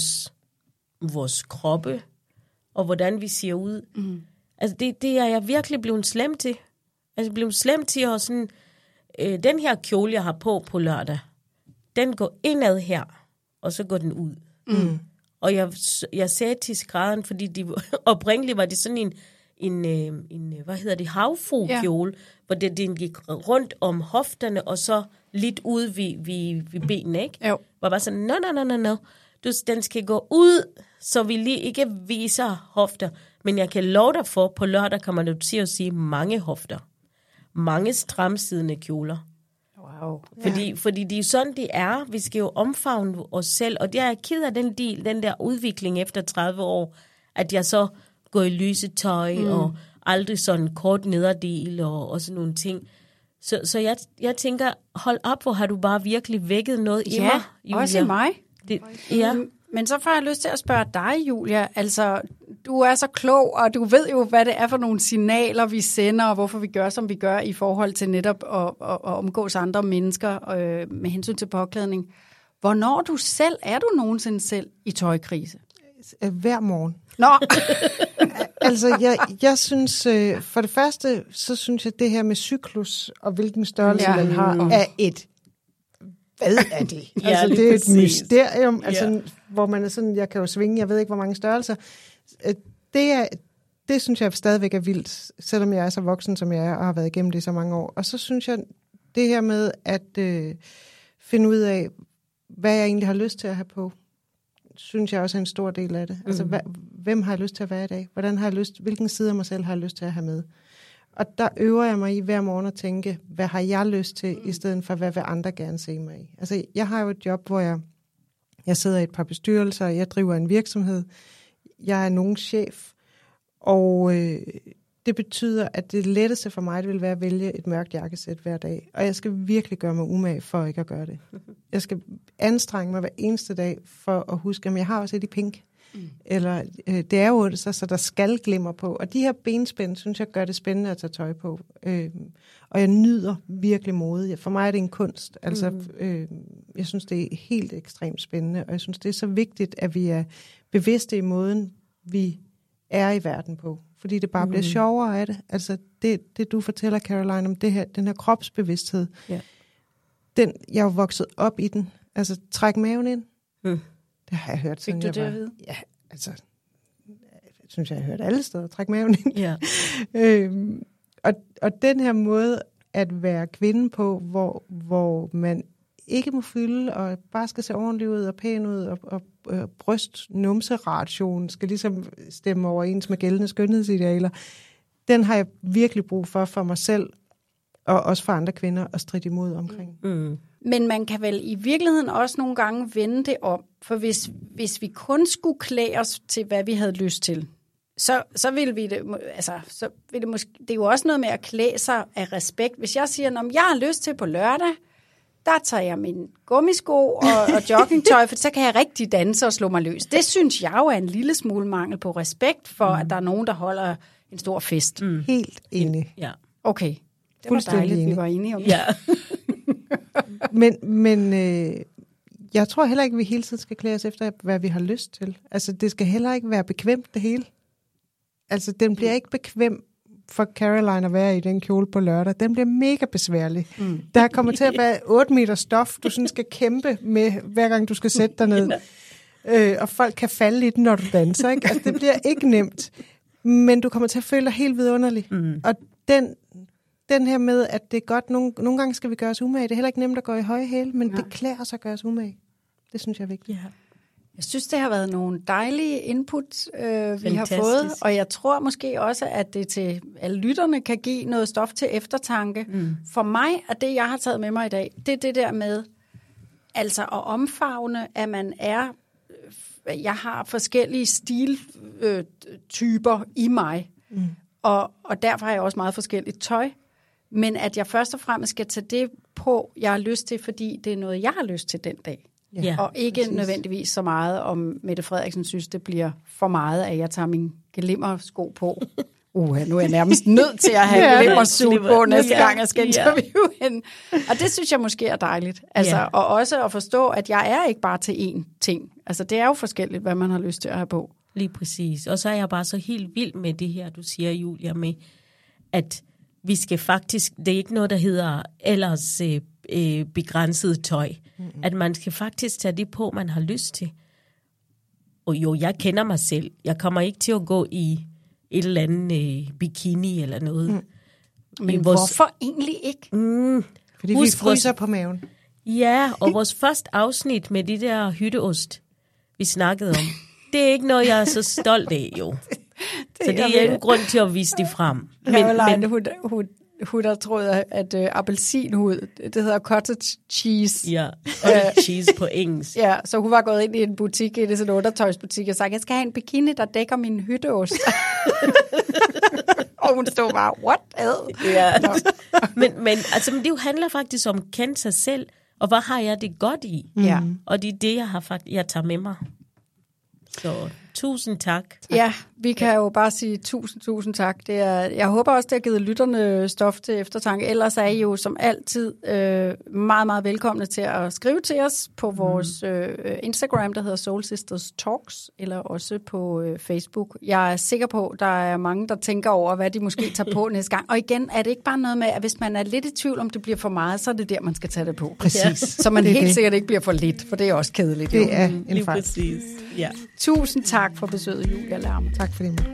vores kroppe, og hvordan vi ser ud. Altså det er jeg virkelig blevet slem til. Altså blevet slem til at sådan, den her kjole, jeg har på lørdag, den går indad her, og så går den ud. Og jeg sagde til skrædderen, fordi oprindeligt var det sådan en hvad hedder det, havfru-kjole, hvor den gik rundt om hofterne, og så lidt ud ved benene, ikke? Jo. Var bare sådan, no. Den skal gå ud, så vi lige ikke viser hofter. Men jeg kan love dig for, på lørdag kan man jo til at sige mange hofter. Mange stramsiddende kjoler. Wow. Fordi det er sådan, det er. Vi skal jo omfavne os selv. Og det er jeg ked af den der udvikling efter 30 år, at jeg så går i lysetøj og aldrig sådan kort nederdel og sådan nogle ting. Så jeg tænker, hold op, hvor har du bare virkelig vækket noget i mig, Julia. Også i mig. Ja. Men så får jeg lyst til at spørge dig, Julia. Altså, du er så klog, og du ved jo, hvad det er for nogle signaler, vi sender, og hvorfor vi gør, som vi gør, i forhold til netop at omgås andre mennesker med hensyn til påklædning. Hvornår er du nogensinde selv i tøjkrise? Hver morgen. Nå! Altså, jeg synes, for det første, så synes jeg, det her med cyklus, og hvilken størrelse man har, er et... Hvad er det? Altså, det er et mysterium, altså, hvor man er sådan, jeg kan jo svinge, jeg ved ikke, hvor mange størrelser. Det synes jeg stadigvæk er vildt, selvom jeg er så voksen, som jeg er, og har været igennem det i så mange år. Og så synes jeg, det her med at finde ud af, hvad jeg egentlig har lyst til at have på, synes jeg også er en stor del af det. Altså, hvem har jeg lyst til at være i dag? Hvordan har jeg lyst? Hvilken side af mig selv har jeg lyst til at have med? Og der øver jeg mig i hver morgen at tænke, hvad har jeg lyst til, i stedet for, hvad vil andre gerne se mig i? Altså, jeg har jo et job, hvor jeg sidder i et par bestyrelser, jeg driver en virksomhed, jeg er nogens chef, og det betyder, at det letteste for mig, det vil være at vælge et mørkt jakkesæt hver dag. Og jeg skal virkelig gøre mig umage for ikke at gøre det. Jeg skal anstrenge mig hver eneste dag for at huske, at jeg har også et i pink. Eller det er jo så der skal glimmer på. Og de her benspænd, synes jeg, gør det spændende at tage tøj på. Og jeg nyder virkelig mode. For mig er det en kunst. Altså, jeg synes, det er helt ekstremt spændende. Og jeg synes, det er så vigtigt, at vi er bevidste i måden, vi er i verden på. Fordi det bare bliver sjovere af det. Altså, det du fortæller, Caroline, om det her, den her kropsbevidsthed. Ja. Jeg er jo vokset op i den. Altså, træk maven ind. Det har jeg hørt. Fik du det at vide? Ja, altså, jeg synes, jeg har hørt alle steder, træk maven ind. Ja. Og den her måde at være kvinde på, hvor man ikke må fylde, og bare skal se ordentligt ud og pæn ud, og bryst-numse-ratioen skal ligesom stemme overens med gældende skønhedsidealer, den har jeg virkelig brug for mig selv, og også for andre kvinder, at stride imod omkring. Men man kan vel i virkeligheden også nogle gange vende det om, for hvis vi kun skulle klæde os til, hvad vi havde lyst til, så ville vi det, altså, så ville det måske, det er jo også noget med at klæde sig af respekt. Hvis jeg siger, at jeg har lyst til på lørdag, der tager jeg mine gummisko og joggingtøj, for så kan jeg rigtig danse og slå mig løs. Det synes jeg jo er en lille smule mangel på respekt for, at der er nogen, der holder en stor fest. Helt enig. Ja. Okay, det var dejligt, vi var enige om det. Ja. Men jeg tror heller ikke, at vi hele tiden skal klæde os efter, hvad vi har lyst til. Altså, det skal heller ikke være bekvemt, det hele. Altså, den bliver ikke bekvem for Caroline at være i den kjole på lørdag. Den bliver mega besværlig. Der kommer til at være 8 meter stof, du sådan skal kæmpe med, hver gang du skal sætte dig ned. Og folk kan falde i den, når du danser. Ikke? Altså, det bliver ikke nemt. Men du kommer til at føle dig helt vidunderlig. Og den her med, at det er godt, nogle gange skal vi gøre os umage. Det er heller ikke nemt at gå i høje hæle, men det klæder os at gøre os umage. Det synes jeg er vigtigt. Ja. Jeg synes, det har været nogle dejlige input, vi har fået, og jeg tror måske også, at det til alle lytterne kan give noget stof til eftertanke. For mig, og det, jeg har taget med mig i dag, det er det der med, altså at omfavne, at man er, jeg har forskellige stiltyper i mig, og derfor har jeg også meget forskelligt tøj, men at jeg først og fremmest skal tage det på, jeg har lyst til, fordi det er noget, jeg har lyst til den dag. Ja, og ikke nødvendigvis så meget, om Mette Frederiksen synes, det bliver for meget, at jeg tager min glimmersko på. Nu er jeg nærmest nødt til at have glimmersko på næste gang, jeg skal interviewe hende. Og det synes jeg måske er dejligt. Altså, og også at forstå, at jeg er ikke bare til én ting. Altså, det er jo forskelligt, hvad man har lyst til at have på. Lige præcis. Og så er jeg bare så helt vild med det her, du siger, Julia, med, at vi skal faktisk, det er ikke noget, der hedder ellers begrænset tøj. At man skal faktisk tage det på, man har lyst til. Og jo, jeg kender mig selv. Jeg kommer ikke til at gå i et eller andet bikini eller noget. Men hvorfor egentlig ikke? Fordi vi fryser på maven. Ja, og vores første afsnit med de der hytteost, vi snakkede om, det er ikke noget, jeg er så stolt af, jo. Så det er en grund til at vise det frem. Hun der troede, at appelsinhud, det hedder cottage cheese. Ja, cottage cheese på engelsk. Ja, så hun var gået ind i en butik, i sådan en undertøjsbutik, og sagt, jeg skal have en bikini, der dækker min hytteost. Og hun stod bare, what? Ja. men det handler faktisk om at kende sig selv, og hvad har jeg det godt i? Ja. Og det er det, jeg tager med mig. Så tusind tak. Ja, vi kan jo bare sige tusind tak. Jeg håber også, det har givet lytterne stof til eftertanke. Ellers er I jo som altid meget, meget velkomne til at skrive til os på vores Instagram, der hedder Soul Sisters Talks, eller også på Facebook. Jeg er sikker på, der er mange, der tænker over, hvad de måske tager på næste gang. Og igen, er det ikke bare noget med, at hvis man er lidt i tvivl, om det bliver for meget, så er det der, man skal tage det på. Præcis. Så man helt sikkert ikke bliver for lidt, for det er også kedeligt. Det er en fejl. Præcis. Ja. Tusind tak for besøget, Julia Lerm. Tak for det.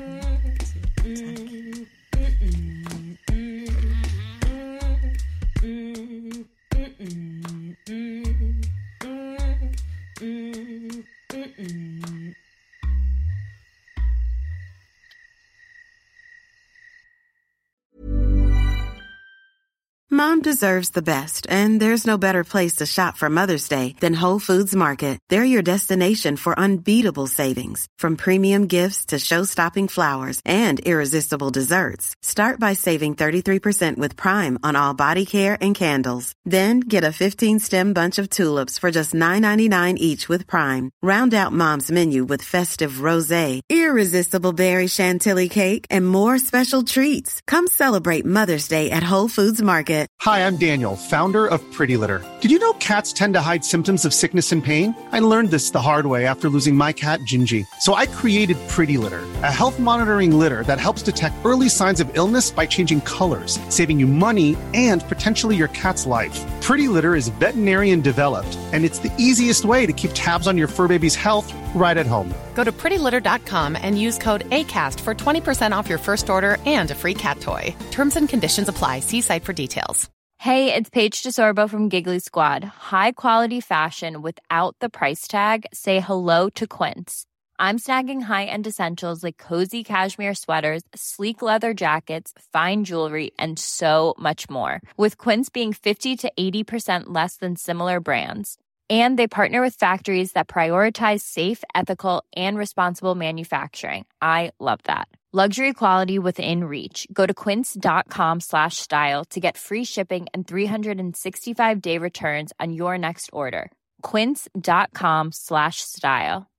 Mom deserves the best, and there's no better place to shop for Mother's Day than Whole Foods Market. They're your destination for unbeatable savings, from premium gifts to show-stopping flowers and irresistible desserts. Start by saving 33% with Prime on all body care and candles. Then get a 15-stem bunch of tulips for just $9.99 each with Prime. Round out Mom's menu with festive rosé, irresistible berry chantilly cake, and more special treats. Come celebrate Mother's Day at Whole Foods Market. Hi, I'm Daniel, founder of Pretty Litter. Did you know cats tend to hide symptoms of sickness and pain? I learned this the hard way after losing my cat, Gingy. So I created Pretty Litter, a health monitoring litter that helps detect early signs of illness by changing colors, saving you money and potentially your cat's life. Pretty Litter is veterinarian developed, and it's the easiest way to keep tabs on your fur baby's health right at home. Go to prettylitter.com and use code ACAST for 20% off your first order and a free cat toy. Terms and conditions apply. See site for details. Hey, it's Paige DeSorbo from Giggly Squad. High quality fashion without the price tag. Say hello to Quince. I'm snagging high-end essentials like cozy cashmere sweaters, sleek leather jackets, fine jewelry, and so much more. With Quince being 50 to 80% less than similar brands. And they partner with factories that prioritize safe, ethical, and responsible manufacturing. I love that. Luxury quality within reach. Go to quince.com/style to get free shipping and 365-day returns on your next order. Quince.com/style.